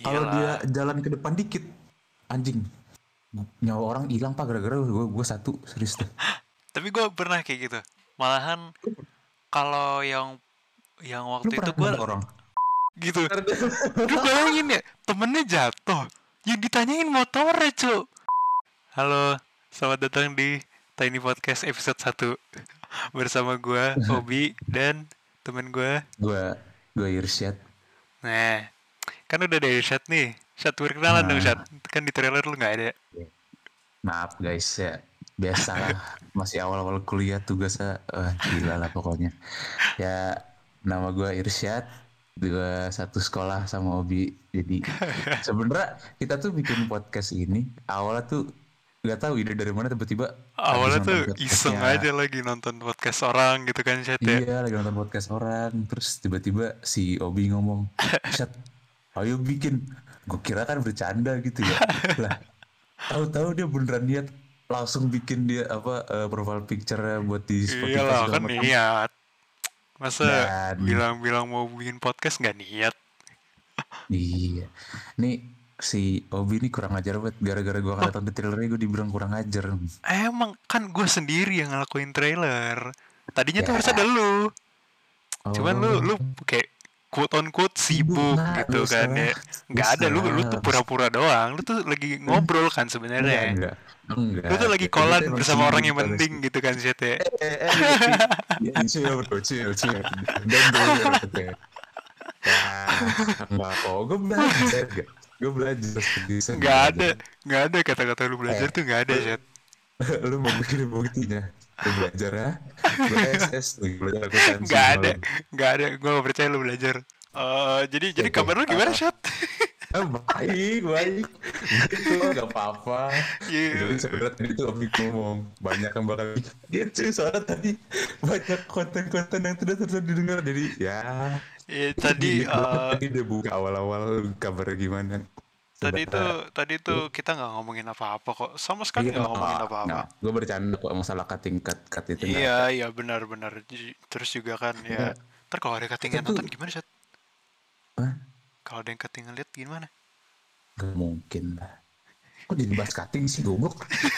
Kalau dia Iyalah. jalan ke depan dikit, anjing, nyawa orang hilang pak gara-gara gue satu serius deh. Tapi gue pernah kayak gitu. Malahan kalau yang Lu waktu itu pernah gue nabrak orang? gitu. Lu bayangin ya, temennya jatuh. Yang ditanyain motornya, Cuk. Halo, selamat datang di Tiny Podcast episode 1 bersama gue, Obi, dan temen gue. gue Irsyad. Nah, kan udah ada Irsyad nih. Syad, perkenalan dong, Syad. Nah, Kan di trailer lu gak ada. maaf guys ya, biasalah masih awal-awal kuliah tugasnya gila lah pokoknya. Ya, nama gue Irsyad, gue satu sekolah sama Obi. Jadi sebenarnya kita tuh bikin podcast ini awalnya tuh nggak tahu ide dari mana, tiba-tiba habis Awalnya tuh nonton iseng podcastnya. aja lagi nonton podcast orang gitu kan, Syad ya. Iya, lagi nonton podcast orang, terus tiba-tiba si Obi ngomong, Syad, ayo bikin. Gue kira kan bercanda gitu ya. Lah, tahu-tahu dia beneran niat langsung bikin dia apa profile picture buat di Spotify Iyalah, segala kan macam. niat. Masa Dan bilang-bilang mau bikin podcast gak niat? iya, nih si Obi ini kurang ajar banget. Gara-gara gue Oh, ngeliat di trailernya gue dibilang kurang ajar. emang kan gue sendiri yang ngelakuin trailer. Tadinya tuh harus ada Ya, lu. Cuman lu oh, kayak quote on quote sibuk lu gitu kan salah, ya. Nggak ada, lu tuh lu salah. pura-pura doang. Lu tuh lagi ngobrol kan sebenarnya. Enggak, Lu enggak. tuh lagi Kita kolan emang bersama orang sibuk yang kalau sih. penting gitu kan, Zet ya. Ya, chill bro, chill. Don't do it, oke. Ya, enggak kok. Gue belajar seriusan gue Nggak belajar. ada, nggak ada kata-kata lu belajar tuh nggak ada, Lu, Zet. lu mau bikin buktinya? Lu belajar ya? Lu SS nih, belajar akuntansi Nggak ada, semalam. nggak ada. Gue nggak percaya lu belajar. Jadi Oke. kabar lu gimana, Zet? Baik. Begitu, gak apa-apa. Jadi Iya, sebenarnya tadi tuh Omi ngomong banyak yang bakal dia cuy, soalnya tadi banyak konten-konten yang tidak terus didengar. Jadi ya iya, gimmick banget tadi dia buka awal-awal kabar gimana. Sebenarnya tadi tuh kita nggak ngomongin apa-apa kok, sama sekali iya nggak ngomongin apa-apa. nggak. Gue bercanda kok masalah cut itu nggak Iya, ada. iya benar-benar. Terus juga kan ya, Ya, ntar kalau ada kita cuttingan tuh nonton gimana, Sat? ah, Kalau ada yang cuttingan lihat gimana? gak mungkin lah. Kok jadi bahas cutting sih goblok?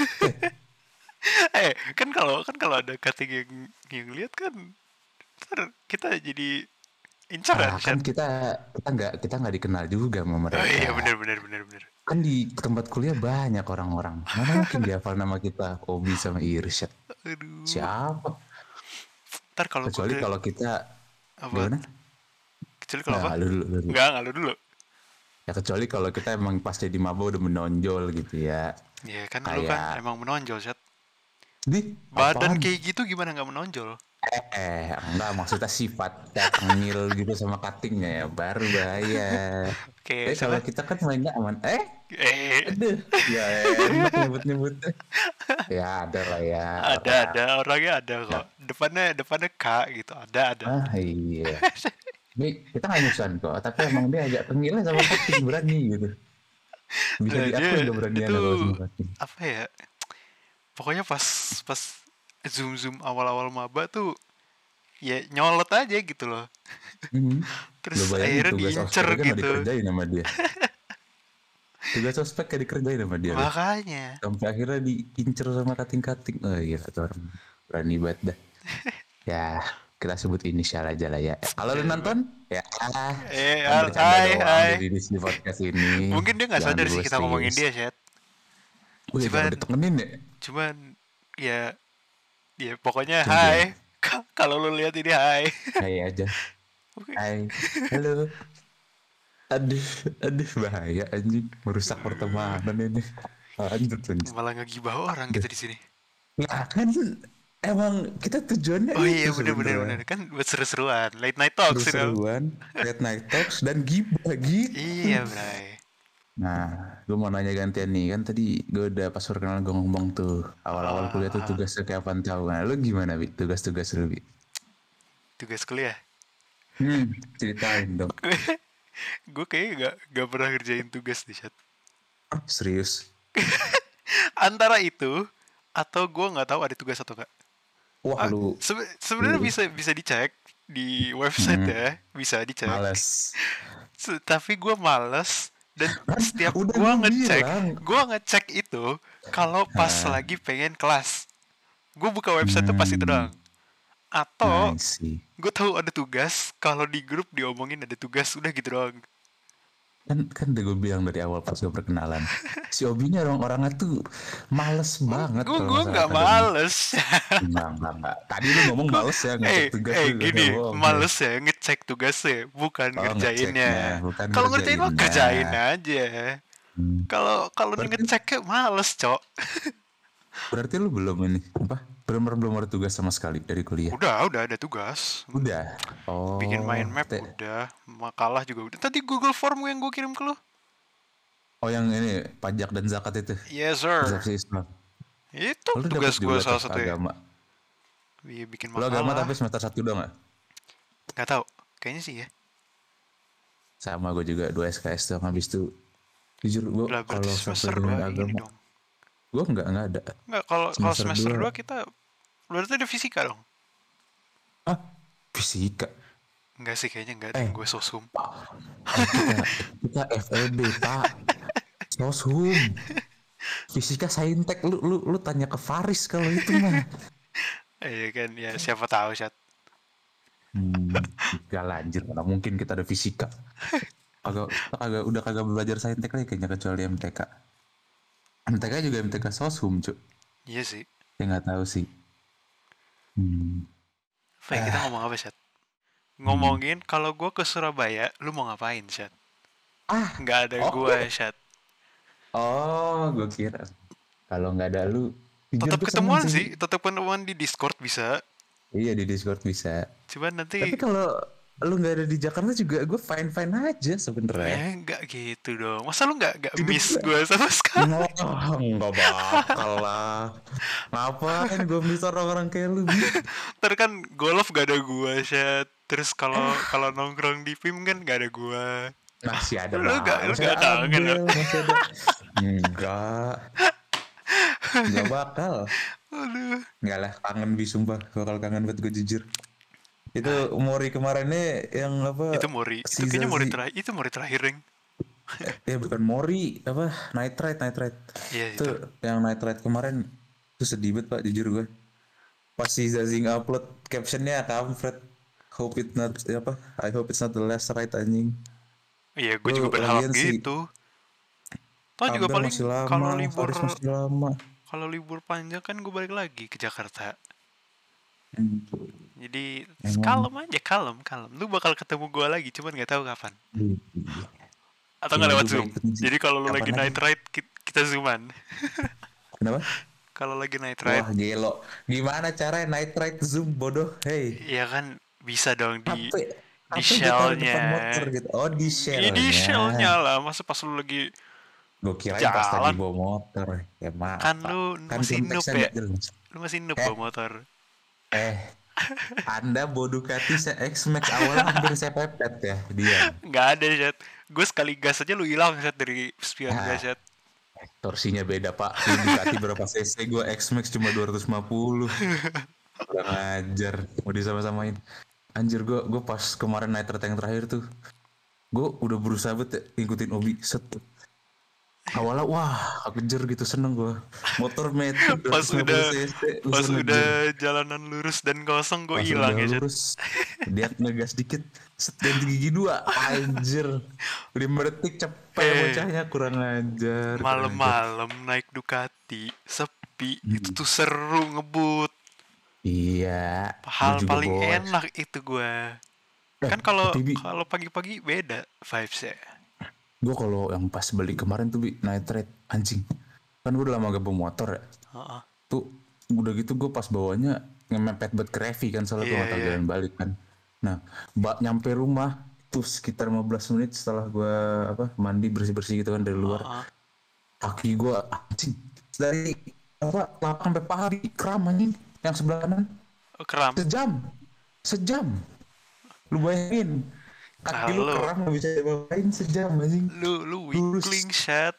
Kan kalau ada cutting yang lihat kan, ntar kita jadi incaran, Kan Sat. kita nggak dikenal juga sama Oh mereka. iya, benar. Kan di tempat kuliah banyak orang-orang. Mana mungkin dia hafal nama kita, Obi sama Irsyad. Aduh, Siapa? ntar kalau gue Kecuali udah kalau kita apa? gimana? Kecuali kalau Nah, apa? lu dulu. Nggak lu dulu. Ya kecuali kalau kita emang pas jadi maba udah menonjol gitu ya. Ya kan lu kan Kayak emang menonjol, Sat. di Badan apaan? kayak gitu gimana nggak menonjol? Enggak maksudnya sifat tengil gitu sama cuttingnya ya baru bahaya. Kayak Kalau siapa? kita kan mainnya aman. Eh, Aduh, ya enak nyebut-nyebutnya. Ya ada lah ya orang. ada orangnya ada kok. Ya, Depannya K gitu. Ada. iya. Ini kita nggak nyusun kok, tapi emang dia agak tengilnya sama cutting berani gitu. Bisa Lah diakui dia keberaniannya itu kalau sama cutting. apa ya? Pokoknya pas pas zoom awal-awal maba tuh ya nyolot aja gitu loh. Mhm. Lo Terus bayangin akhirnya tugas diincer ospek aja nggak gitu. dikerjain sama dia. Tugas ospek kayak dikerjain sama dia loh. Makanya. Sampai akhirnya diincer sama cutting-cutting. Oh iya, kata orang berani banget dah. Ya, kita sebut inisial aja lah ya. Kalau lu Ya, nonton, ya kan bercanda hai doang hai. di podcast ini. Mungkin dia nggak Jangan sadar dulu sih kita ngomongin serius. dia, Chat. Oh ya, jangan Cuman ditekenin ya. cuman ya pokoknya Cuma hai. bilang, Kalau lu lihat ini hai. hai aja. Oke. Hai, halo. Aduh, aduh bahaya anjing. Merusak Aduh, pertemanan ini. Lanjut. malah ngegibah orang kita di sini. Nah kan emang kita tujuannya Oh itu iya, bener sebenarnya. kan buat seru-seruan, late night talks itu. Seru-seruan, late night talks, dan gibah gitu. Iya, Bray. Nah, gue mau nanya gantian nih. Kan tadi gue udah pas perkenalan gue ngomong tuh. Awal-awal kuliah tuh Ah, tugasnya kayak apaan tahu. Nah, lu gimana, Bi? Tugas-tugas lu, Bi? tugas kuliah. Ceritain dong. Gue kayaknya gak pernah ngerjain tugas di chat. Serius. Antara itu atau gue nggak tahu ada tugas atau enggak. Wah, Sebenarnya lu bisa dicek di website hmm, ya, bisa dicek. males. Tapi gue males Dan Kan setiap udah gue bilang. gua ngecek itu kalau pas Ah, lagi pengen kelas. Gue buka website tuh pas itu hmm, doang. Atau I see. gue tahu ada tugas, kalau di grup diomongin ada tugas, udah gitu doang. Kan udah gue bilang dari awal pas gue perkenalan. Si Obi-nya orangnya tuh males banget kalau Gue masalah nggak akademik. males. Enggak. Tadi lu ngomong Gue males ya ngecek tugas lu gak gini, bohong ya. males ya ngecek tugasnya, bukan Oh ngeceknya, ngerjainnya. bukan Kalau ngerjain mah ngerjainnya. kerjain aja. Hmm. Kalau kalau nih Berarti ngeceknya males, Cok. berarti lu belum ini apa? Belum ada tugas sama sekali dari kuliah. Udah ada tugas. Udah. Bikin mind Oh, map udah, makalah juga udah. Tadi Google Form yang gue kirim ke lu. oh yang ini pajak dan zakat itu. Yes, sir. Persepsi Islam. Itu Oh, lu dapat tugas gue juga tuh salah satu ya. agama. Iya, bikin Lu agama makalah. tapi semester 1 dong gak? Gak tahu. Kayaknya sih ya. Sama gue juga 2 SKS tuh habis itu. Jujur gue Lah berarti kalau semester sampai 2 dengan ini agama, dong. gue nggak ada. Enggak, kalau kalau Semester semester 2 2 kita berarti ada fisika dong. ah fisika. Enggak sih, kayaknya enggak deh, Eh, gue sosum. kita FEB pak, soshum, fisika saintek. Lu tanya ke Faris kalau itu mah. Iya kan, ya siapa tahu Chat. Gak lanjut mana mungkin kita ada fisika. Kagak belajar saintek lagi kayaknya kecuali MTK. MTK juga MTK soshum cuy. Iya sih. Ya nggak tahu sih. Baik, kita ngomong apa Chat? Hmm. Ngomongin kalau gue ke Surabaya, lu mau ngapain Chat? Ah, Nggak ada gue oke. Chat. Gue kira kalau nggak ada lu, jujur Tetap gue seneng ketemuan sih. sih, tetap ketemuan di Discord bisa. Iya di Discord bisa. Cuman Tapi nanti kalau lu nggak ada di Jakarta juga gue fine fine aja sebenernya. nggak gitu dong. Masa lu nggak Hidup miss gue gue sama sekali? nggak bakal lah. Ngapain gue bisa orang-orang kayak lu Bi? Ntar kan golf gak ada gue Chat. Terus kalau kalau nongkrong di PIM kan gak ada gue. Masih ada Lu lah, gak lu masih gak ada kangen lo? Abel, masih ada. Enggak, nggak bakal. Aduh. Nggak lah, kangen Bi sumpah. Bakal kangen buat gue jujur. Itu Mori kemarinnya yang apa? Itu Mori. Itu Si kayaknya Mori Zazi. terakhir. Itu Mori terakhir, Reng. Ya bukan Mori, apa? Night Ride. Iya Tuh itu. yang Night Ride kemarin tuh sedih banget pak, jujur gue. Pas si Zazi upload captionnya kampret. Hope it not apa? I hope it's not the last ride anjing. Iya, gue juga Lu berharap lagian si gitu. Toh juga Abel masih paling lama, Faris masih lama. kalau libur panjang kan gue balik lagi ke Jakarta. Hmm, Jadi emang kalem aja, kalem, kalem. Lu bakal ketemu gue lagi, cuman nggak tahu kapan. iya. Atau Ya nggak gue lewat mau Zoom. ikutin sih. Jadi kalau lu lagi Kapan aja? night ride, kita zooman. Kenapa? Kalau lagi night ride, Wah gelo. Gimana caranya night ride zoom bodoh? Hey. ya kan bisa dong HP di HP gue taruh shellnya. depan motor gitu. Oh di Di shellnya. shellnya lah, masa pas lu lagi Gue kirain pas lagi jalan. bawa motor. Ya maaf Kan pak. lu Kan masih noob konteksnya ya. nggak jelas. Lu masih noob Eh, bawa motor. eh. Anda bawa Ducati X-Max awalnya hampir saya pepet ya. Diam. Nggak ada Chat. Gue sekali gas aja lu hilang Chat dari spion gue Ah, Chat. torsinya beda pak. Lu Ducati berapa cc? Gue X-Max cuma 250. Kurang ajar. Mau disama-samain. Anjir gue pas kemarin night ride yang terakhir tuh. Gue udah berusaha banget ya, ngikutin Obi. Set. Awalnya wah kejer gitu seneng gue. Motor metik Pas 250 udah cc pas bisa ngejer. udah jalanan lurus dan kosong gue Pas hilang udah ya Chat. lurus dia ngegas dikit set ganti gigi dua anjir 5 detik cepet Eh, bocahnya kurang ajar. malam-malam naik Ducati sepi itu tuh seru ngebut. Iya gue Hal juga paling bawa enak itu gue. Kan kalau tapi Bi kalau pagi-pagi beda vibes-nya. gue kalau yang pas balik kemarin tuh Bi night ride anjing kan gue udah lama gak bawa motor ya Heeh. tuh udah gitu gue pas bawanya ngemepet buat ke Revi kan soalnya gue Iya, gak tau iya. jalan balik kan nah nyampe rumah tuh sekitar 15 menit setelah gue apa mandi bersih-bersih gitu kan dari luar Heeh. kaki gue anjing dari apa lapang sampai paha di kram anjing yang sebelah kanan Oh, kram. sejam lu bayangin kaki lu Halo. kram gak bisa dibawain sejam anjing Lu lurus weakling Chat.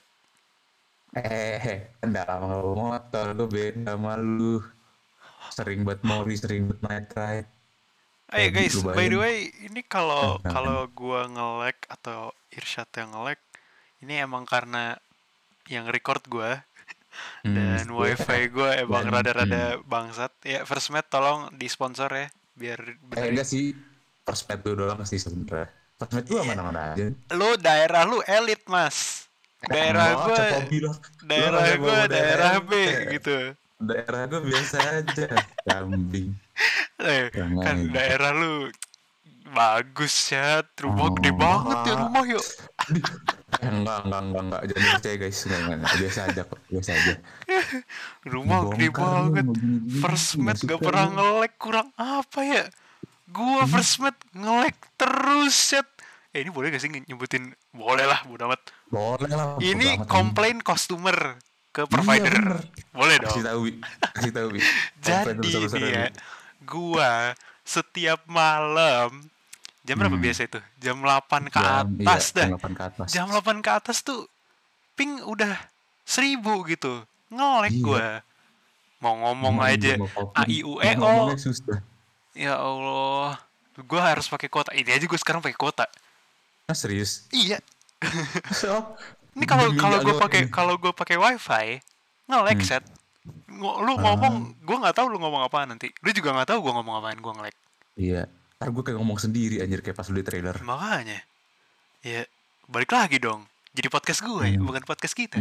kan udah lama gak bawa motor gue beda sama lu sering buat mori sering buat night ride Eh Bi, guys, lu by the bayangin way, ini kalau kan kalau gua nge-lag atau Irsyad yang nge-lag, ini emang karena yang record gue dan Iya. wifi gue emang Dan rada-rada bangsat. Ya Firstmate tolong disponsor ya, biar benerin. enggak sih, Firstmate itu doang sih sebenarnya. Firstmate itu Iya, mana-mana aja. lu daerah lu elit mas. Daerah Enggak, gue, Cokobi lah. Lo daerah kagak gue bawa daerah daerah B ente. gitu. Daerah gue biasa aja. Kambing. Kan Jangan. daerah lu bagus ya, rumah gede Oh, banget ya enggak. rumah yuk. Enggak. Jangan percaya guys. Enggak. Biasa aja kok. Biasa aja. Rumah gede Dibongkar lu, banget. mau First gini-gini. Nggak mate gak suka pernah gue. nge-lag, kurang apa ya? Gua Ini first mate nge-lag terus set. Ini boleh gak sih nyebutin? Boleh lah, bodo amat. boleh lah. Bodo Ini amat anjing. komplain customer ke Iya provider. bener. Boleh Kasih dong. tahu, Wi. Kasih tahu, Wi. Komplain Jadi nih besar-besaran, ya, Wi. gua setiap malam jam berapa Hmm. biasa itu? Jam 8 ke Iya, atas dah. jam 8 ke atas. Jam 8 ke atas tuh ping udah 1000 gitu. Nge-lag Iya, gua. Mau ngomong gimana gue aja mau A copy? I U Mau E O. ngomongnya susah. Ya Allah. Gua harus pakai kuota. Ini aja gue sekarang pakai kuota. Ah, serius? Iya. So, Ini kalau demi kalau gak gue gue pakai ini. kalau gue pakai WiFi nge-lag Hmm. set. Lu Ah, ngomong, gue nggak tahu lu ngomong apaan nanti. Lu juga nggak tahu gue ngomong apaan, gue nge-lag. iya. Ntar gue kayak ngomong sendiri anjir kayak pas lu di trailer. Makanya, ya balik lagi dong. Jadi podcast gue, Hmm. bukan podcast kita.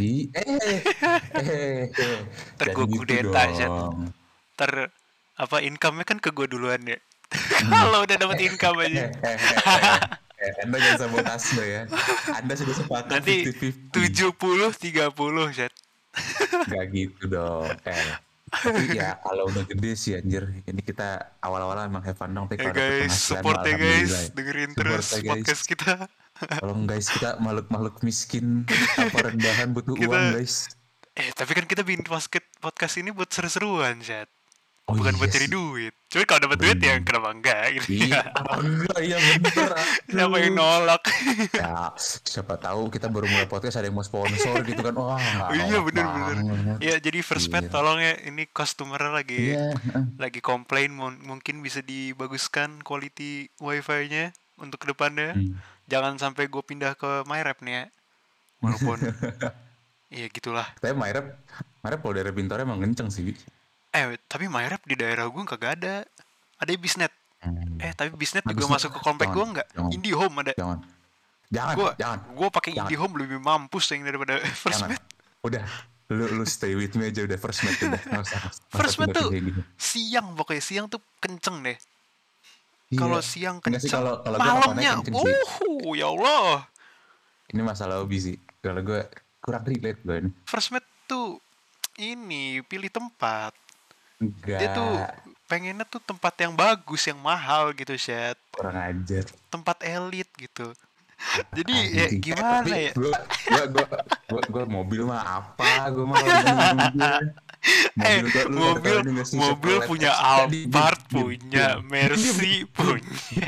Eh. Ntar Jangan gue gitu kudeta set. dong. Ntar apa income-nya kan ke gue duluan ya. Hmm. Kalau udah dapet income aja. Anda jangan sabotase ya. Anda sudah sepakat Nanti 50-50. 70-30 set. Gak gitu dong. Tapi ya kalau udah gede sih anjir. Ini kita awal-awal emang have fun dong. Tapi kalau dapet Guys, penghasilan support mah ya alhamdulillah guys. ya. Dengerin Support terus ya guys. podcast kita. Tolong guys, kita makhluk-makhluk miskin. Apa rendahan butuh uang Kita guys. tapi kan kita bikin podcast ini buat seru-seruan, Chat. Oh Bukan buat iya cari sih. duit. Cuman kalau dapat duit ya Bener. kenapa enggak gitu. Iya, enggak, iya bener. Siapa yang Aduh. nolak? Ya, siapa tahu kita baru mulai podcast ada yang mau sponsor gitu kan. Wah, nggak Iya nolak bener-bener. banget. Ya jadi first pet Gila. tolong ya, ini customer lagi Iya, komplain mungkin bisa dibaguskan quality wifi-nya untuk kedepannya. Hmm. Jangan sampai gue pindah ke MyRap nih ya. Walaupun ya gitulah. Tapi Mairep kalau daerah Bintaro emang kenceng sih. Bi. Tapi MyRap di daerah gue kagak ada. Ada Bisnet. Hmm. Tapi Bisnet juga Habisnya, masuk ke komplek gue nggak? jangan, IndiHome ada. jangan, Gue jangan, gue pakai jangan. IndiHome lebih mampus yang daripada First Jangan. Mate. Udah, lu stay with me aja udah first mate udah. Nggak usah First Mate tuh kayak gini. siang, pokoknya siang tuh kenceng deh. Iya. Kalau siang Enggak sih kenceng, kalau gue malamnya, kenceng sih. ya Allah. Ini masalah hobi sih. Kalau gue kurang relate gue ini. First Mate tuh ini pilih tempat. Dia tuh Enggak, pengennya tuh tempat yang bagus, yang mahal gitu, Shet. kurang ajar. Tempat elit gitu. Jadi ya Anjing. gimana Tapi ya? gue mobil mah apa? Gue mah kalau beli mobil. Mobil gue lu pada tahu ini nggak sih? Mobil Chevrolet punya Trax. Alphard, punya Mercy, punya.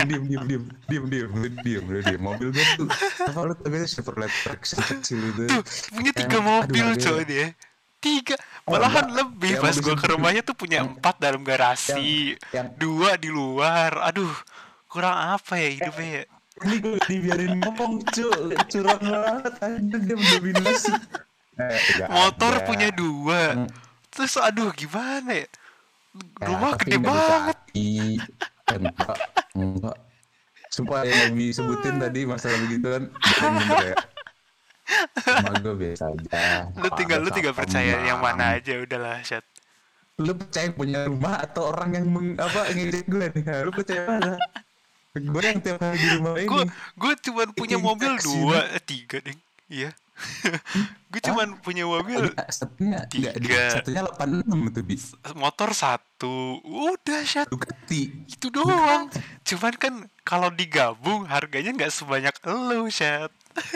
Diam. Mobil gue tuh apa lu tahu itu Chevrolet Trax yang kecil itu. Tuh, punya 3 Aduh, mobil harganya. coy dia. 3, Oh, malahan enggak. lebih Yang pas mobil gue ke sendiri. rumahnya tuh punya Yang- 4 dalam garasi, yang 2 di luar. Aduh, kurang apa ya hidupnya ya? ini gue dibiarin ngomong curang banget anjir dia mendominasi. Nggak Motor ada. punya 2. Hmm. Terus aduh gimana ya? Rumah Tapi gede nggak banget. dikasih. Enggak. Sumpah yang disebutin tadi masalah begitu kan bener ya. Sama gue biasa aja. Lu tinggal percaya yang mana aja udahlah, Chat. Lu percaya punya rumah atau orang yang ngejek gue nih? Lu percaya mana? Gue yang tiap hari di rumah ini. Gue cuma punya Yang mobil taksi, 2, 3 deh. Iya. Gue cuma punya mobil Satunya enggak, 3. satunya 86 itu bis. Motor 1. Udah, Chat. Ducati. Itu doang. Cuman kan kalau digabung harganya nggak sebanyak elu, Chat.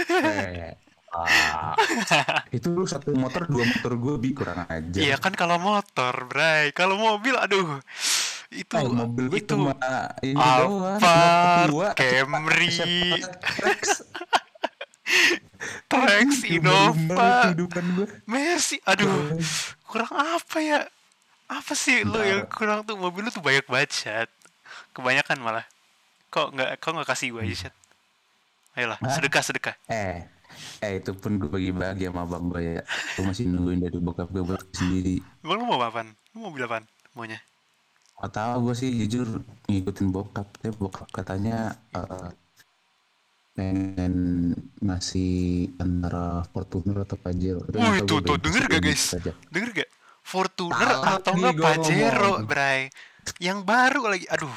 Itu lu satu motor, 2 motor gue bi kurang aja. Iya kan kalau motor, Bray. Kalau mobil, aduh. Itu Mobil gue itu cuma ini doang, Alphard, dua, Camry, Trax. Trax, Innova, Kehidupan gue. Mercy. Aduh, kurang apa ya? Apa sih lu yang kurang tuh? Mobil lu tuh banyak banget, Chat. Kebanyakan malah. Kok nggak kasih gue aja, Chat? Ayolah, sedekah. Itu pun gue bagi-bagi sama abang gue ya. Gue masih nungguin dari bokap gue buat sendiri. Emang lu mau apaan? Lu mau mobil apaan? Maunya? Gak tau gue sih jujur ngikutin bokap. Tapi bokap katanya pengen ngasih antara Fortuner atau Pajero. Tapi Wih, nggak tahu tuh, gue tuh, bebas denger aja gak ngikut guys? aja. Denger gak? Fortuner Salah atau lagi enggak gue ngomong. Pajero, Bray? Yang baru lagi, aduh.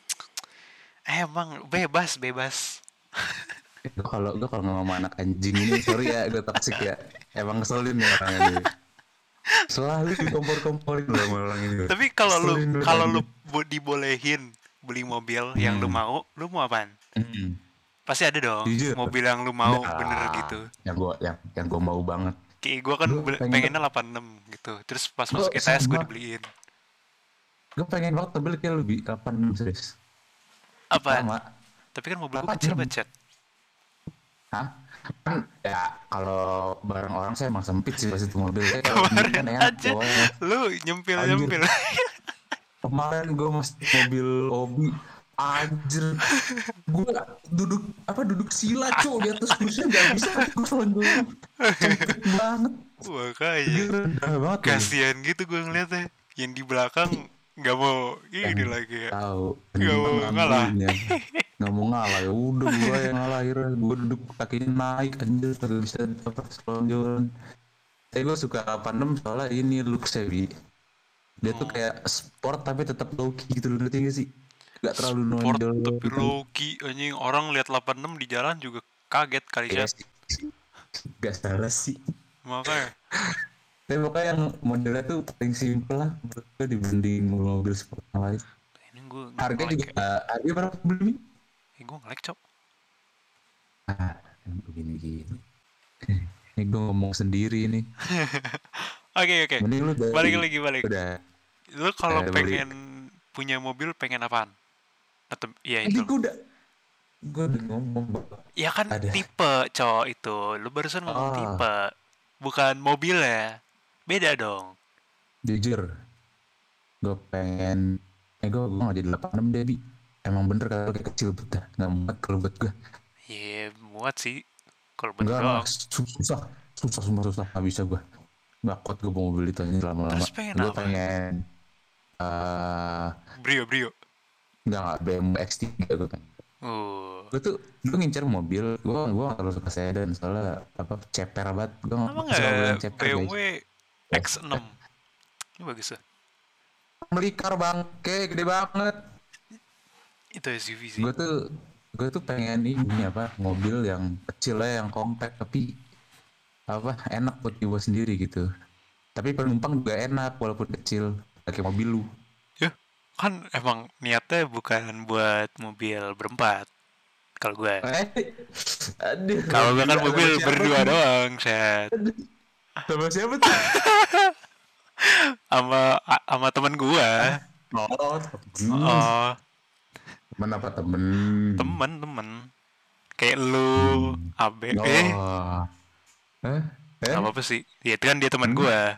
Emang bebas, bebas. Gue kalau ngomong anak anjing ini sorry ya gue toksik ya. Emang ngeselin nih orangnya nih. Selalu dikompor-komporin loh sama orang ini. Tapi kalau lu Ngeselin banget kalau lu anjing. dibolehin beli mobil yang lu Hmm. lu mau apaan? Hmm. Pasti ada dong Jujur. mobil yang lu mau Enggak bener lah. gitu. Yang gue mau banget. Kayak gue kan Gue pengen pengennya 86 gitu. Terus pas gue masuk ITS gue sama dibeliin. gue pengen banget beli kayak lebih 86 serius. Apaan? Sama Tapi kan mobil gue kecil 86. banget. Hah? Kan ya kalau barang orang saya emang sempit sih pasti itu mobil. Kalau sendiri Kemarin kan enak aja bawahnya. lu Anjir. nyempil-nyempil. Kemarin gue masih mobil hobi. Anjir. Gue duduk sila di atas kursi nggak bisa gue selonjor. Sempit banget. Makanya Dia rendah banget lagi. kasihan gitu gue ngeliatnya. Yang di belakang nggak mau Yang ini lagi ya. tahu Nggak pengen mau ngalah. ngambilin ya. Nggak mau ngalah ya udah gue yang ngalah akhirnya gue duduk kakinya naik anjir kagak bisa apa selonjoran. Tapi gue suka 86 soalnya ini look Bi. Dia tuh Oh, kayak sport tapi tetap low key gitu loh ngerti gak sih? Gak terlalu sport nonjol tapi gitu. low-key anjing, orang lihat 86 di jalan juga kaget kali Iya chat. sih. Gak salah sih. Makanya Tapi pokoknya yang modelnya tuh paling simpel lah menurut gue dibanding mobil sport yang lain. ini gue Harganya nge-lag juga ya. harganya berapa beli? Gue nge-lag cok. Yang begini-gini. Ini gue ngomong sendiri nih. Oke, oke. Mending lu Balik dari lagi, balik. udah Lu kalau beli. pengen punya mobil pengen apaan? Atau ya Tadi itu. gue udah ngomong bahwa Ya kan ada. tipe cowok itu. Lu barusan ngomong Oh, tipe, bukan mobil ya. Beda dong. jujur, gue pengen. Gue nggak jadi 86 deh, Bi. Emang bener kalau kayak kecil betah. Nggak muat kalau buat gue. Ya muat sih. Kalau buat Enggak lu lah, doang. susah. Nggak bisa gue. Nggak kuat gue bawa mobil itu aja lama-lama. Terus pengen Gue apa? pengen. eh Brio, brio. nggak BMW X3 gue pengen. Uh. Gue ngincer mobil. Gue nggak terlalu suka sedan soalnya apa ceper banget. Gue Apa nggak suka mobil nggak yang ceper guys. BMW X6? Ini bagus lah. Melikar bangke gede banget. Itu SUV sih. Gue tuh pengen ini apa mobil yang kecil ya yang compact tapi apa enak buat dibawa sendiri gitu. Tapi penumpang juga enak walaupun kecil pakai mobil lu. Ya, kan emang niatnya bukan buat mobil berempat. Kalau gue. Aduh, Kalau gue kan gila sama mobil siapa berdua tuh? doang, set. Sama siapa tuh? Sama temen gue. Oh, Oh, temen apa temen? temen. Kayak lu, Hmm. Abe. Oh, eh, Gak eh, apa-apa sih. Ya itu kan dia teman hmm? gue.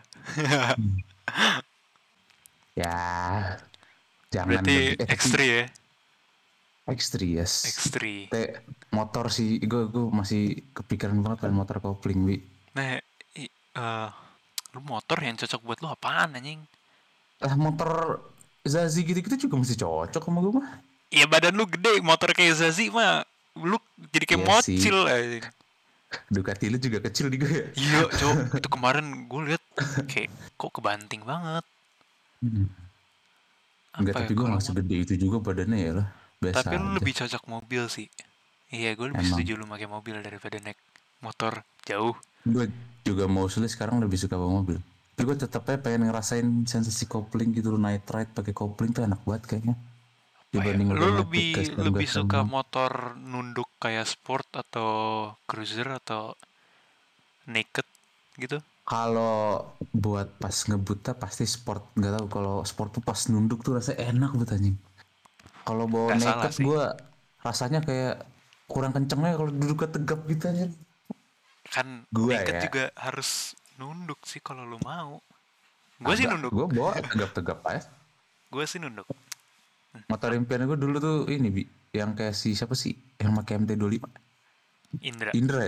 Ya, jangan Berarti lebih. Tapi X3 ya? X3 yes. X3. Motor sih, gue masih kepikiran banget kan motor kopling bi. Nah, lu motor yang cocok buat lu apaan anjing? Lah motor Zazi gitu-gitu juga masih cocok sama gue mah. Ya badan lu gede, motor kayak Zazi mah lu jadi kayak Iya sih, mocil anjing. Ducati lu juga kecil di gue ya. Iya, cowok. Itu kemarin gue liat kayak kok kebanting banget. Hmm. Enggak, Apa ya tapi gue kalau nggak segede itu juga badannya ya lah. Biasa tapi lu aja. lebih cocok mobil sih. Iya, gue lebih Emang. setuju lu pakai mobil daripada naik motor jauh. Gue juga mostly sekarang lebih suka bawa mobil. Tapi gue tetapnya pengen ngerasain sensasi kopling gitu loh. Night ride pakai kopling tuh enak banget kayaknya. Apa ya? Dibanding Lu otomatis lebih lebih gas-gas suka sama. motor nunduk kayak sport atau cruiser atau naked gitu? Kalau buat pas ngebutnya pasti sport. Nggak tahu kalau sport tuh pas nunduk tuh rasanya enak banget anjing. Kalau bawa Gak salah naked sih. gue rasanya kayak kurang kencengnya kalau duduknya tegap gitu aja. Kan Gue naked ya, juga harus nunduk sih kalau lu mau. Gue sih agak nunduk. gue bawa tegap-tegap aja. Gue sih nunduk. Motor impian gue dulu tuh ini bi, yang kayak si siapa sih yang pakai MT25 Indra. Indra ya.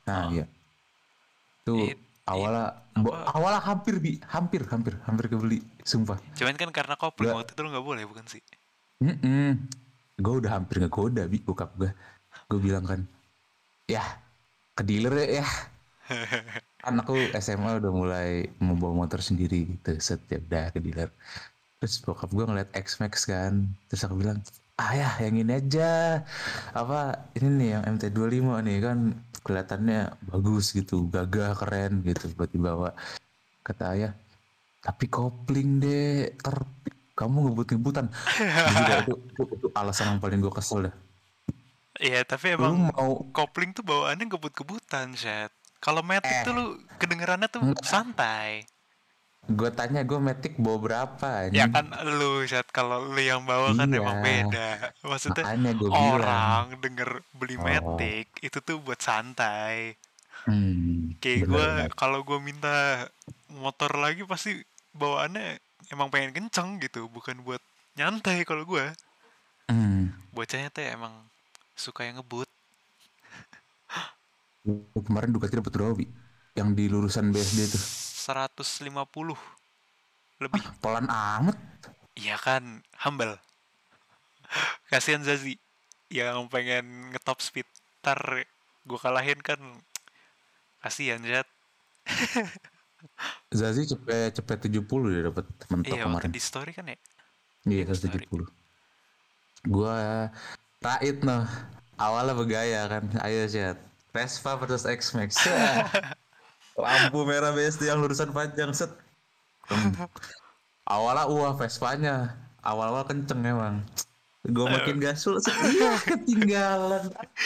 Nah Oh, iya, itu ini awalnya apa? awalnya hampir kebeli, sumpah. Cuman kan karena kopling Gak, waktu itu lu nggak boleh bukan sih? gue udah hampir ngegoda bi bokap gue bilang kan, ya ke dealer ya. Kan aku SMA udah mulai membawa motor sendiri gitu, setiap dah ke dealer. Terus bokap gue ngeliat X-Max kan, terus aku bilang, ah ya yang ini aja, apa ini nih yang MT25 nih kan kelihatannya bagus gitu, gagah keren gitu buat dibawa. Kata ayah, tapi kopling deh, ter kamu ngebut-ngebutan. Jujur dah itu alasan yang paling gue kesel dah. Iya, tapi Lu emang mau kopling tuh bawaannya ngebut-ngebutan, Chat. Kalau Matic tuh lu kedengerannya tuh enggak, santai. gue tanya gue Matic bawa berapa Ya anjing. kan lu, Chat, kalau lu yang bawa kan Iya, emang beda. Maksudnya makanya gue bilang, orang denger beli oh, Matic itu tuh buat santai. Kayak gue benar-benar. kalau gue minta motor lagi pasti bawaannya emang pengen kenceng gitu, bukan buat nyantai kalau gue. Hmm. Bocahnya tuh emang suka yang ngebut. Kemarin Ducati dapat berapa, Bi? Yang di lurusan BSD tuh. 150 lebih. Pelan amat. Iya kan, humble. Kasihan Zazi yang pengen ngetop speed. Ntar gue kalahin kan, kasihan Zat. Zazi cepet cepet 70 dia dapat mentok Iya waktu kemarin. di story kan ya. Iya Iya di story. 170. Gua Rait noh. Awalnya bergaya kan. Ayo Zat. Vespa versus X-Max. Lampu merah BSD yang lurusan panjang set. Tem. Awalnya Vespanya. Awal-awal kenceng emang. Gue Aduh. makin gasul set. Iya ketinggalan.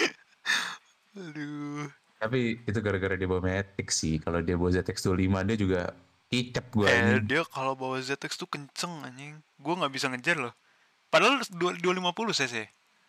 Aduh. Tapi itu gara-gara dia bawa Matic sih. Kalau dia bawa ZX25 dia juga kicep gue anjing. Dia kalau bawa ZX tuh kenceng anjing. Gue nggak bisa ngejar loh. Padahal 250 cc.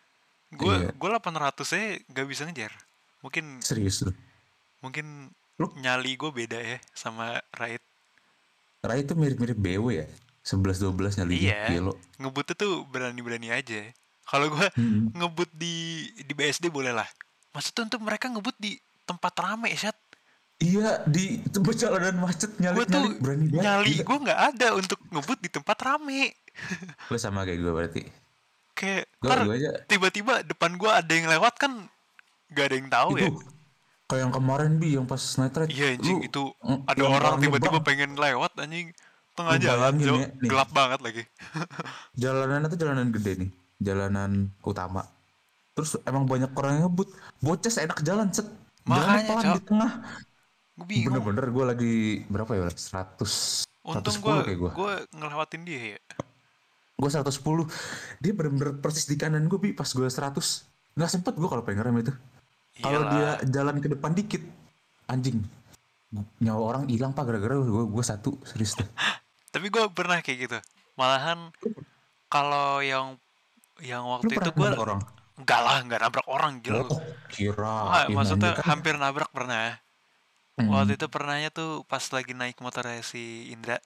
Iya, Gue 800 saya nggak bisa ngejar. Mungkin serius loh. mungkin Lu nyali gue beda ya sama Raid. Rai itu mirip-mirip BW ya? 11-12 nyalinya, Iya, Yellow. ngebutnya tuh berani-berani aja. Kalau gue Hmm. ngebut di BSD boleh lah. Maksudnya untuk mereka ngebut di tempat rame, Syat. Iya, di tempat jalanan macet Gue tuh nyalip-nyalip berani banget, nyali gila. gue nggak ada untuk ngebut di tempat rame. Gue sama kayak gue berarti. Kayak Gue ntar gue aja tiba-tiba depan gue ada yang lewat kan gak ada yang tahu itu ya. kayak yang kemarin bi yang pas night ride Iya anjing lu itu ada yang orang orang nyebrang, tiba-tiba pengen lewat anjing tengah lu jalan bayangin jauh ya nih, gelap banget lagi. jalanan itu jalanan gede nih, jalanan utama. Terus emang banyak orang yang ngebut, bocah enak jalan set, jalannya Makanya pelan cok, di tengah. gue bingung. Bener-bener gue lagi berapa ya, 100 Untung 110 kayak gue. gue ngelewatin dia ya. Gue 110, dia bener-bener persis di kanan gue bi pas gue 100. Nggak sempet gue kalau pengen rem itu. Kalau dia Iyalah. jalan ke depan dikit, anjing, nyawa orang hilang pak gara-gara gue satu, serius deh. Tapi gue pernah kayak gitu. Malahan kalau yang Lu waktu itu pernah gue nabrak orang? enggak lah, nggak nabrak orang gila lu. Oh, Nggak, kirain maksudnya anjir kan. hampir nabrak pernah. Hmm, Waktu itu pernahnya tuh pas lagi naik motornya si Indra.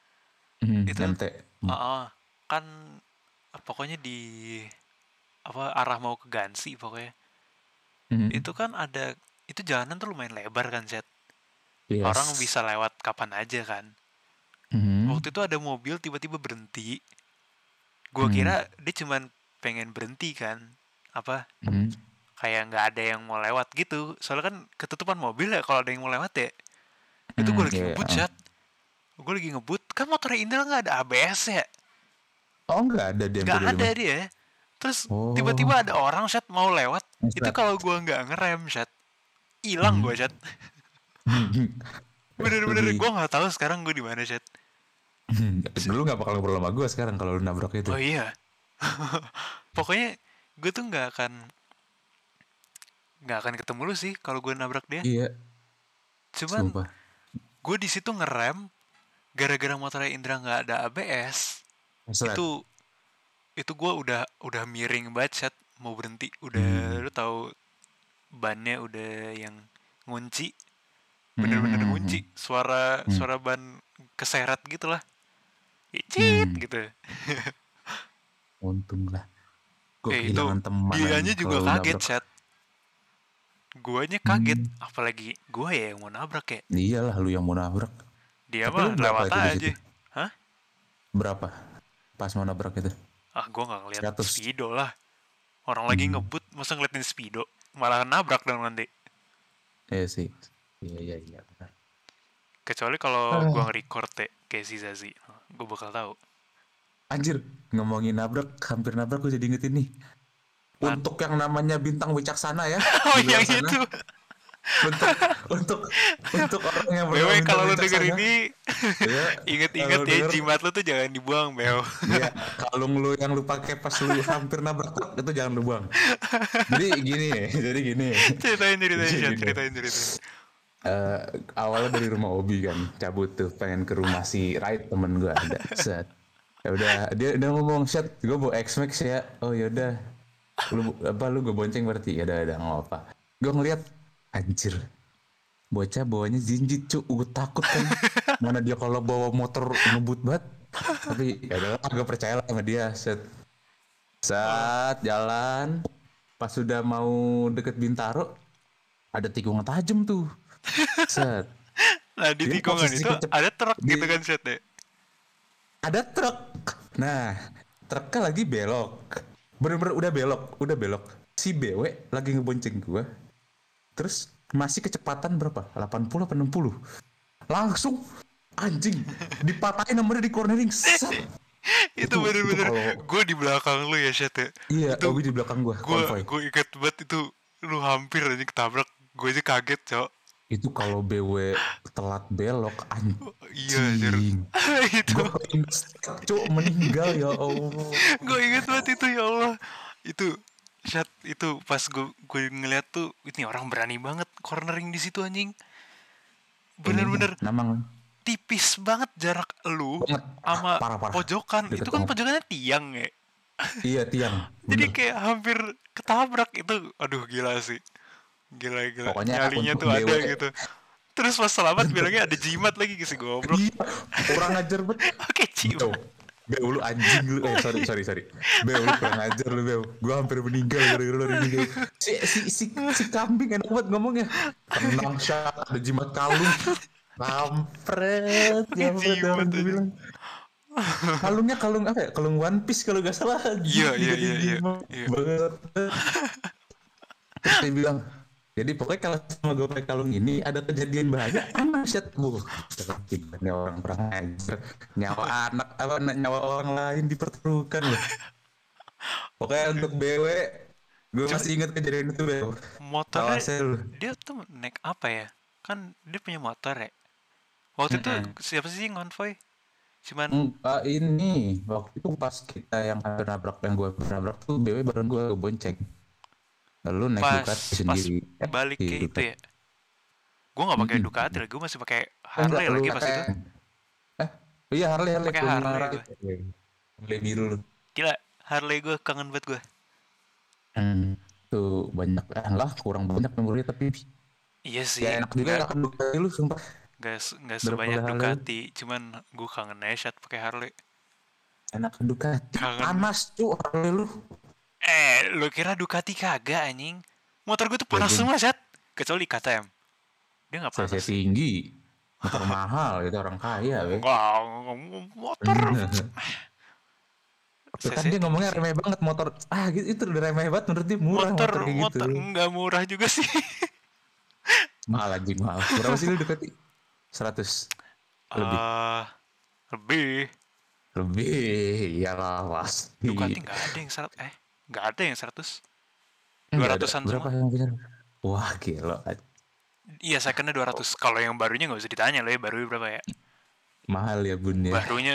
Itu MT. Hmm. kan pokoknya di apa arah mau ke Gansi pokoknya. Hmm. Itu kan ada itu jalanan tuh lumayan lebar kan, Zet. Orang Yes. bisa lewat kapan aja kan. Hmm. Waktu itu ada mobil tiba-tiba berhenti. Gue Hmm. kira dia cuman pengen berhenti kan. Apa Hmm. kayak nggak ada yang mau lewat gitu. Soalnya kan ketutupan mobil ya kalau ada yang mau lewat ya. Itu gue Hmm. lagi Ya, ya. ngebut, Zet. Gue lagi ngebut kan motornya Indra nggak ada ABS ya. Oh, nggak ada di Nggak ada MT25. dia. Terus Oh, tiba-tiba ada orang, Zet, mau lewat. Itu Mustad. kalau gue nggak ngerem, Zet, hilang Hmm. gue, Zet. Bener-bener Lebih gue nggak tahu sekarang gue di mana, Zet. dulu nggak bakal ngobrol sama gue sekarang kalau lu nabrak itu. Oh iya, pokoknya gue tuh nggak akan ketemu lu sih kalau gue nabrak dia. Iya, Cuman sumpah. gue di situ ngerem gara-gara motornya Indra nggak ada ABS. Mustad. Itu gue udah miring banget, Set, mau berhenti. Udah Hmm. lu tahu bannya udah yang ngunci, Hmm. bener-bener Hmm. ngunci. Hmm. Suara Hmm. suara ban keseret gitu lah, icit Hmm. gitu. Untung lah. Gue Itu kehilangan teman dianya anjing juga kalau lu kaget, nabrak. Set. Guanya kaget, Hmm. apalagi gua ya yang mau nabrak ya. Iyalah lu yang mau nabrak. Dia Tapi lu mah berapa lewat itu di situ? aja. Hah? Berapa? Pas mau nabrak itu? Ah, gua nggak ngeliat 100. speedo lah. Orang lagi Hmm. ngebut, masa ngeliatin speedo? Malah nabrak dong nanti. Iya sih. Iya iya iya benar. Kecuali kalau gua Ah, nge-record ya, kayak si Zazi. Gua bakal tahu. anjir, ngomongin nabrak, hampir nabrak gue jadi inget ini. Man. Untuk yang namanya bintang wicaksana ya Oh, di yang luar sana, itu. untuk untuk untuk orang yang bernama Bewe bintang kalau lo denger wicaksana, ini, ya inget-inget kalau ya denger, jimat lo tuh jangan dibuang, Beo. ya kalung lu yang lu pakai pas lu hampir nabrak truk itu jangan lu buang. Jadi gini, jadi gini, Ceritain, ceritain, jadi Syat. gini. Ceritain, ceritain. Eh, awalnya dari rumah Obi kan, cabut tuh pengen ke rumah si Raid temen gue ada. Set. Ya udah dia ngomong, "Set, gue bawa X-Max ya." Oh yaudah, lu gue bonceng berarti. Ya udah nggak apa. Gue ngeliat, anjir, bocah bawanya zinjit cu, gue takut kan. Mana dia kalau bawa motor ngebut banget. Tapi ya udahlah, gue percaya lah sama dia. Set. Oh. Saat jalan, pas sudah mau deket Bintaro, ada tikungan tajam tuh. Set. Nah, di Dia tikungan posisi itu ada truk di gitu kan, Syat ya? ada truk. Nah, truknya lagi belok. Bener-bener udah belok. Si BW lagi ngebonceng gua. Terus masih kecepatan berapa? 80 apa 60. Langsung anjing dipatahin nomornya di cornering. Set. Itu Itu bener-bener kalau gue di belakang lu ya, Syat ya. iya Itu Obi di belakang gua gue konvoy. gue inget banget itu, lu hampir aja ketabrak. Gue aja kaget, Cok. Itu kalau BW telat belok Iya, anjir. anjing. Itu Gue pengen stuck, cuk, meninggal ya Allah. gue inget banget itu, ya Allah. Itu Syat, itu pas gue ngeliat tuh, ini orang berani banget cornering di situ anjing. Ininya Bener-bener namang tipis banget jarak lu banget. sama Parah parah. pojokan. Itu Deket kan banget. pojokannya tiang ya. Iya tiang, Jadi bener. kayak hampir ketabrak itu. Aduh, gila sih. Gila, gila. Pokoknya Nyalinya untuk tuh ada BW, gitu. Terus pas selamat untuk bilangnya ada jimat lagi, si goblok. iya kurang ajar bet. Oke, Beo, jimat. Beo lu anjing lu. Sorry. Beo lu kurang ajar lu Beo. Gua hampir meninggal gara-gara lu ini Beo. Si kambing enak banget ngomongnya. Tenang Syak, ada jimat kalung. Kampret, Oke, kampret jimat orang gue aja. bilang. Kalungnya kalung apa ya? Kalung One Piece kalau gak salah Iya, anjing iya, dijadiin iya, iya. jimat Iya. banget. Terus dia bilang, jadi pokoknya kalau sama gue pakai kalung ini ada kejadian bahaya, anak set, ini orang perang ajar, nyawa anak apa nyawa orang lain dipertaruhkan loh. Pokoknya untuk BW, gue Cuma masih ingat kejadian itu BW. motornya Awas ya lu. dia tuh naik apa ya? Kan dia punya motor ya. Waktu itu Mm-mm. siapa sih yang konvoy? Cuman Ini waktu itu pas kita yang hampir nabrak yang gue nabrak tuh BW bareng gue bonceng. Lalu naik pas Ducati pas sendiri. balik Di ke itu Ducati. ya. Gue nggak pakai Ducati Mm-mm. lagi, gue masih pakai Oh, enggak Harley lu lagi pas itu. KTM. Eh, iya Harley Pakai punya Harley gue. Raid. Harley biru. Gila, Harley gue kangen banget gue. Tuh banyak lah kurang banyak memorinya tapi Iya ya sih, enak juga nggak enakan Ducati lu sumpah nggak sebanyak daripada Harley lu. Ducati, cuman gue kangen aja Syat pakai Harley. Enakan Ducati Kangen. panas tuh Harley lu. Lu kira Ducati kagak anjing? Motor gue tuh panas Lagian semua, Syat. Kecuali KTM. Dia nggak CC panas. tinggi motor mahal itu orang kaya weh. Enggak, motor Tuh kan CC dia tinggi ngomongnya sih. remeh banget motor gitu itu udah remeh banget menurut dia murah Motor motor kayak gitu motor nggak murah juga sih. mahal anjing mahal berapa sih lu Ducati 100 lebih Ah, lebih. lebih iyalah pasti Ducati nggak ada yang nggak ada yang 100. Dua enggak ada ratusan berapa semua. yang punya wah gila Iya, secondnya 200. Kalau yang barunya nggak usah ditanya loh ya, barunya berapa ya? mahal ya bun ya. Barunya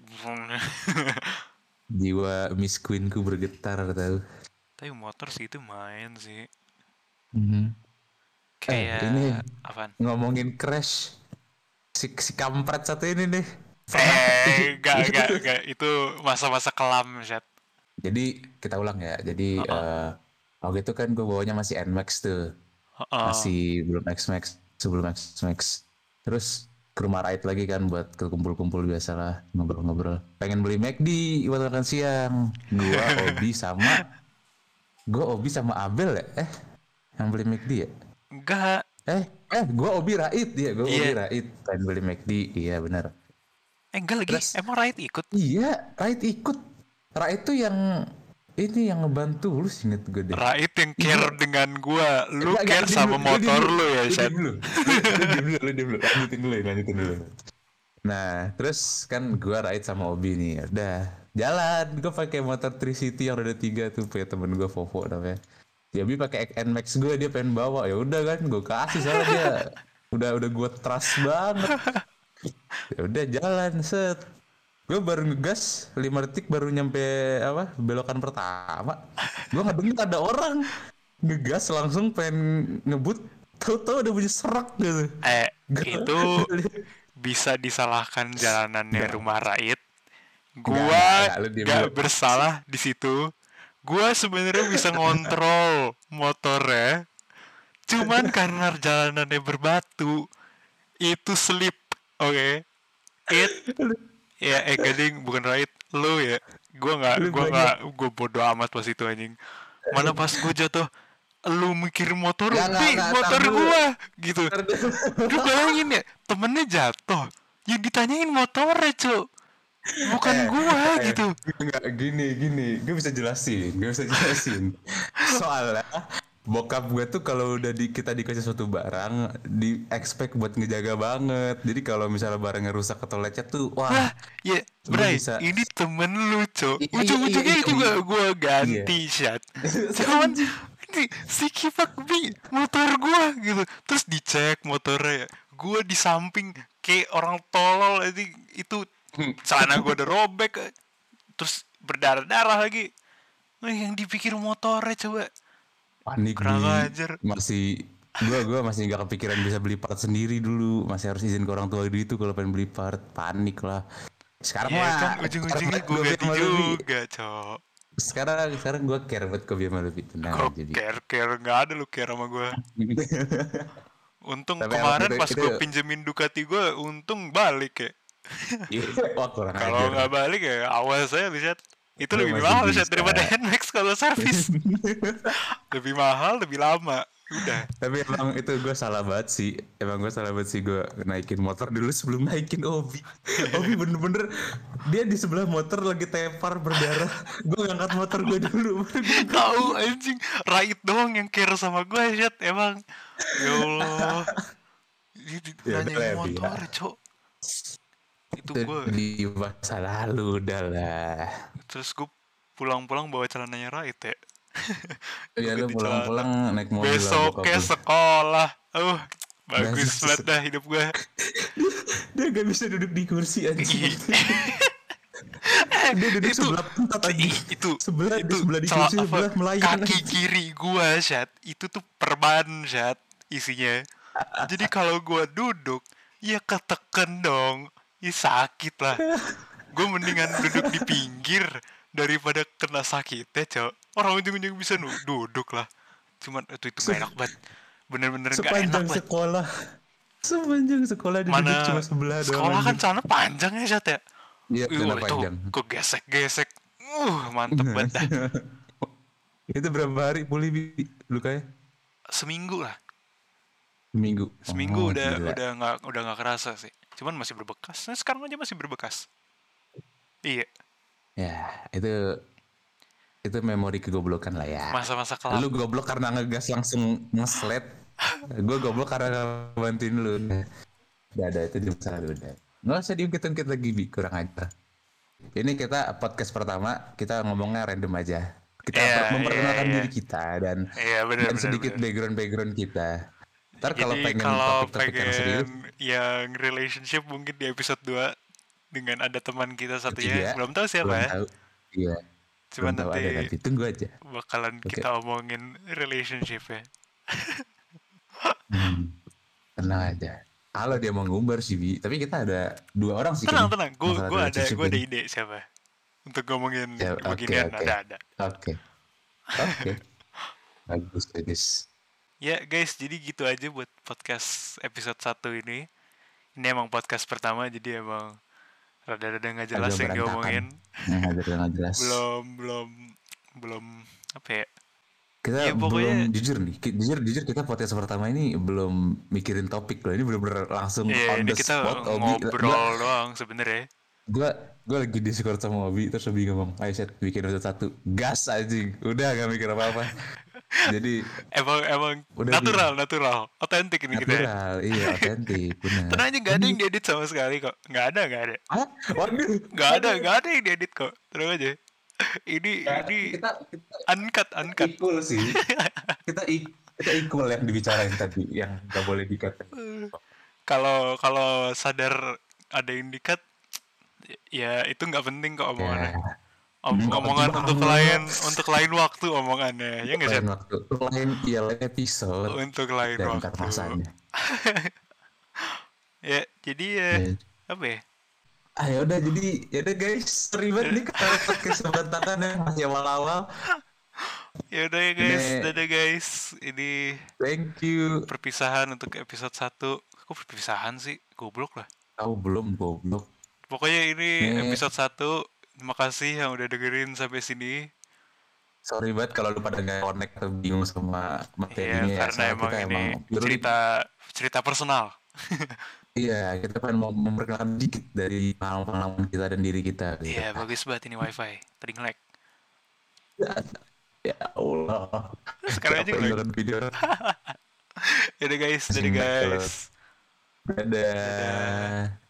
Jiwa Miss Queenku bergetar tahu. tapi motor sih itu main sih. Mhm. Ini Kayak apaan? ngomongin crash si kampret satu ini nih pernah Gak. Itu masa-masa kelam, Chat. jadi kita ulang ya jadi Heeh. waktu itu kan gue bawanya masih Nmax tuh Heeh. masih belum X-Max sebelum X-Max terus ke rumah Raid lagi kan buat ke kumpul-kumpul biasalah ngobrol-ngobrol pengen beli McD buat makan siang Obi sama Abel ya yang beli McD ya Enggak. Gue Obi Rait dia, gue Obi Iya. Rait pengen beli McD, iya benar. Enggak lagi. Terus Emang Raid ikut? iya, Rait ikut. Rait tuh yang ini yang ngebantu lu, inget gue deh. Raid yang Ih, gue care dengan gua. Lu enggak, care lu diem sama dulu, lu diem motor dulu, lu ya, lu Shat. diem dulu, lu diem dulu, lu diem dulu, lanjutin dulu. Nah, terus kan gue ride sama Obi nih, udah jalan, gue pakai motor Tricity yang roda 3 tuh, punya temen gue Vovo namanya. Si Obi pakai NMAX gue, dia pengen bawa, ya udah kan, gue kasih soalnya dia udah gue trust banget. Ya udah jalan set, gue baru ngegas 5 detik baru nyampe apa belokan pertama, gue nggak dengar ada orang, ngegas langsung pengen ngebut, tahu-tahu udah bunyi serak gitu. Itu Gue bisa disalahkan jalanannya enggak rumah Raid. enggak Gua lu diem gak dulu. bersalah di situ. Gua sebenarnya bisa ngontrol motornya, cuman karena jalanannya berbatu, itu slip. Oke. It ya gading bukan Raid lu ya. Lu Gua bodo amat pas itu anjing. Mana pas gua jatuh, lu mikir motor lu, tar motor dulu. gua gitu. Tar dulu. Lu bayangin ya, temennya jatuh, yang ditanyain motornya, Cuk, bukan gua gitu. Enggak, gini, gue bisa jelasin. Soalnya bokap gue tuh kalau udah kita dikasih suatu barang, di expect buat ngejaga banget. Jadi kalau misalnya barangnya rusak atau lecet tuh, Lah, wah, ya, lu Bray, bisa. ini temen lu, Cuk. Iya, Ujung-ujungnya juga Bi. gua Iya. ganti, Syat. Cuman Anjing. si Kipak motor gua gitu. Terus dicek motornya, gua di samping kayak orang tolol itu celana gua udah robek, terus berdarah-darah lagi. Yang dipikir motornya coba. Panik Kurang Bi, ajar. masih gua masih nggak kepikiran bisa beli part sendiri dulu, masih harus izin ke orang tua gitu kalau pengen beli part, panik lah. Sekarang Ya kan mah care ujung-ujungnya banget gue gue ganti sama lu Bi. juga, Cok. Sekarang gue care banget ke sama lu Bi, tenang Kok aja Bi. care nggak ada lu care sama gue. Untung Tapi emang kemarin pas itu gue pinjemin Ducati gue, untung balik ya. iya, wah kurang Kalau ajar. nggak balik ya awas saya bisa. Itu Gue lebih masih mahal Set bisa. daripada NMAX kalau servis. Lebih mahal, lebih lama. Udah. Tapi emang itu gue salah banget sih. Emang gue salah banget sih, gue naikin motor dulu sebelum naikin Obi. Obi bener-bener dia di sebelah motor lagi tepar berdarah. Gue ngangkat motor gue dulu. Baru gue Tahu ganti. anjing, Raid doang yang care sama gue Set emang. Ya Allah. Ya udah lah Nanyain ya Bi ya. motor, Cok. Itu Itu gue. di masa lalu udah lah. Terus gue pulang-pulang bawa celananya Raid ya. Gue Ya lu ganti celana. pulang-pulang naik mobil lah bokap Besoknya lu. sekolah. Nah, Bagus banget dah hidup gue. dia gak bisa duduk di kursi anjing. Dia duduk itu sebelah pantat anjing. itu Di sebelah di kursi apa, sebelah melayang kaki anjing. kiri gue Syat itu tuh perban Syat isinya. Jadi kalau gue duduk ya keteken dong, ya sakit lah. Gue mendingan duduk di pinggir daripada kena sakitnya, Cok. Orang ujung-ujung bisa duduk lah. Cuman itu Se- gak enak banget. Bener-bener gak enak Sepanjang banget. sekolah. Sepanjang sekolah dia duduk cuma Mana sebelah doang sekolah kan anjing. celana panjang ya Syat ya. Iya, celana Itu panjang. kegesek-gesek. Mantep banget dah. Itu berapa hari pulih Bi, lukanya? Seminggu lah. Seminggu. Seminggu Oh, udah gila. nggak kerasa sih. Cuman masih berbekas. Nah, sekarang aja masih berbekas. Iya. Ya, itu memori kegoblokan lah ya. Masa-masa kelam. Lu goblok karena ngegas langsung ngeslet. Gue goblok karena bantuin lu. Udah ada itu di masa lalu udah. Nggak usah diungkit-ungkit lagi Bi, kurang ajar. Ini kita podcast pertama, kita ngomongnya random aja. Kita memperkenalkan diri kita dan Benar sedikit benar. background kita. Ntar kalau Jadi pengen kalau topik-topik yang serius, yang relationship mungkin di episode 2 dengan ada teman kita satunya, ketiga, belum tahu siapa belum ya. tahu. Iya, belum Cuman tahu ada nanti nanti. Tunggu aja. bakalan Oke. kita omongin relationship ya. Tenang aja. Kalau dia mau ngumbar sih, Bi. Tapi kita ada 2 orang sih Tenang, kayaknya. tenang. Masalah Gue relationship ada ini. ide siapa untuk ngomongin Ya, beginian. oke. Ada. Oke. Bagus. Ya guys, jadi gitu aja buat podcast episode 1 ini. Ini emang podcast pertama, jadi emang rada-rada nggak jelas Agak yang berantakan. diomongin. Agak nggak jelas. belum apa ya? Kita Ya pokoknya, belum jujur nih, jujur kita podcast pertama ini belum mikirin topik loh. Ini bener-bener langsung ya on ini the kita spot. Obi, gua ngobrol doang sebenernya. gua gua lagi Discord sama Obi terus Obi ngomong, ayo set bikin episode satu, gas anjing, udah gak mikir apa-apa. Jadi Emang udah Bi, natural, otentik ini kita ya. natural, iya otentik, benar. Tenang aja, gak ada yang diedit sama sekali kok. Gak ada. Ah, waduh, Gak waduh. ada yang diedit kok. Tenang aja. Ini Kita uncut. equal sih. Kita equal yang dibicarain tadi, yang gak boleh dikat. Kalau kalau sadar ada yang dikat, ya itu nggak penting kok omongannya. Ya, nggak penting Omongan banget. untuk lain waktu omongannya, ya Untuk nggak sih? lain waktu, lain episode Untuk lain dan ntar waktu. masanya. Ya, jadi ya Ya. apa ya? Ah ya udah, jadi ya udah guys, ribet nih karena podcast berantakan ya masih awal-awal. Ya udah ya guys, Ini dadah guys. Ini thank you. perpisahan untuk episode satu. Kok perpisahan sih? Goblok lah. Tahu belum goblok. Pokoknya ini Nih episode satu. Terima kasih yang udah dengerin sampai sini. sorry banget kalau lu pada nggak connect atau bingung sama Ya, materinya ya. karena Soalnya emang kita ini emang purely, cerita personal. iya kita pengen mau memperkenalkan dikit dari pengalaman kita dan diri kita gitu. Iya, bagus banget ini wifi. Tadi nge-lag. Ya Allah, Sekarang aja capek nge-lag. nonton video. Yaudah guys, Masih dadah nge kalau guys. dadah. Dadah.